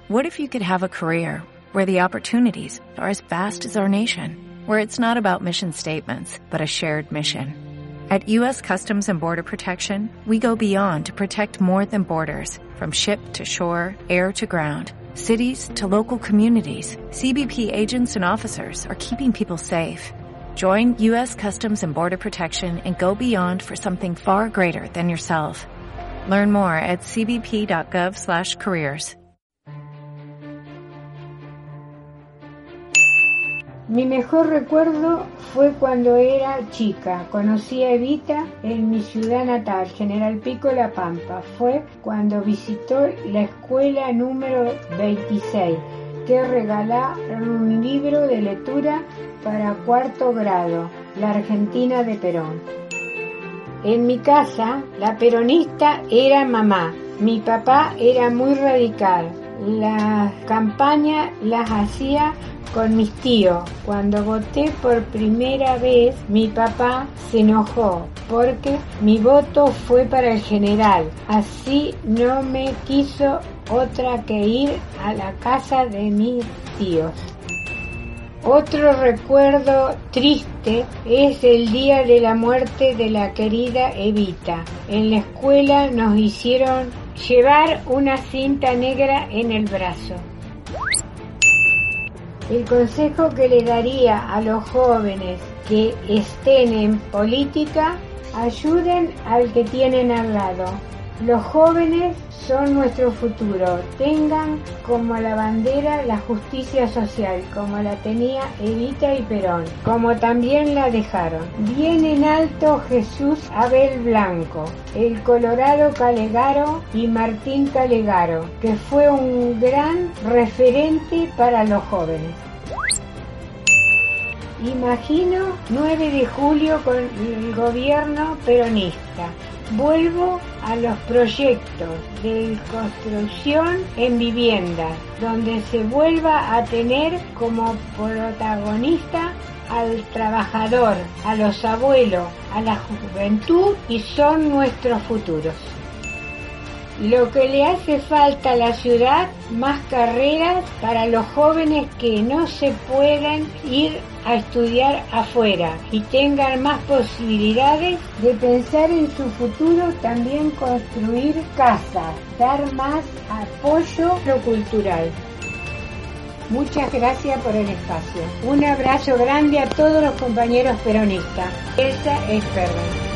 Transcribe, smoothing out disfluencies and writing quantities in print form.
What if you could have a career where the opportunities are as vast as our nation, where it's not about mission statements, but a shared mission? At U.S. Customs and Border Protection, we go beyond to protect more than borders, from ship to shore, air to ground, cities to local communities. CBP agents and officers are keeping people safe. Join U.S. Customs and Border Protection and go beyond for something far greater than yourself. Learn more at cbp.gov/careers. Mi mejor recuerdo fue cuando era chica. Conocí a Evita en mi ciudad natal, General Pico, La Pampa. Fue cuando visitó la escuela número 26, que regalaron un libro de lectura para 4º grado, La Argentina de Perón. En mi casa, la peronista era mamá. Mi papá era muy radical. Las campañas las hacía con mis tíos. Cuando voté por primera vez, mi papá se enojó porque mi voto fue para el general. Así no me quiso otra que ir a la casa de mis tíos. Otro recuerdo triste es el día de la muerte de la querida Evita. En la escuela nos hicieron llevar una cinta negra en el brazo. El consejo que le daría a los jóvenes que estén en política: ayuden al que tienen al lado. Los jóvenes son nuestro futuro. Tengan como la bandera la justicia social, como la tenía Evita y Perón, como también la dejaron. Bien en alto Jesús Abel Blanco, el Colorado Calegaro y Martín Calegaro, que fue un gran referente para los jóvenes. Imagino 9 de julio con el gobierno peronista. Vuelvo a los proyectos de construcción en viviendas, donde se vuelva a tener como protagonista al trabajador, a los abuelos, a la juventud, y son nuestros futuros. Lo que le hace falta a la ciudad: más carreras para los jóvenes que no se puedan ir a estudiar afuera y tengan más posibilidades de pensar en su futuro, también construir casas, dar más apoyo a lo cultural. Muchas gracias por el espacio. Un abrazo grande a todos los compañeros peronistas. Elsa Esperben.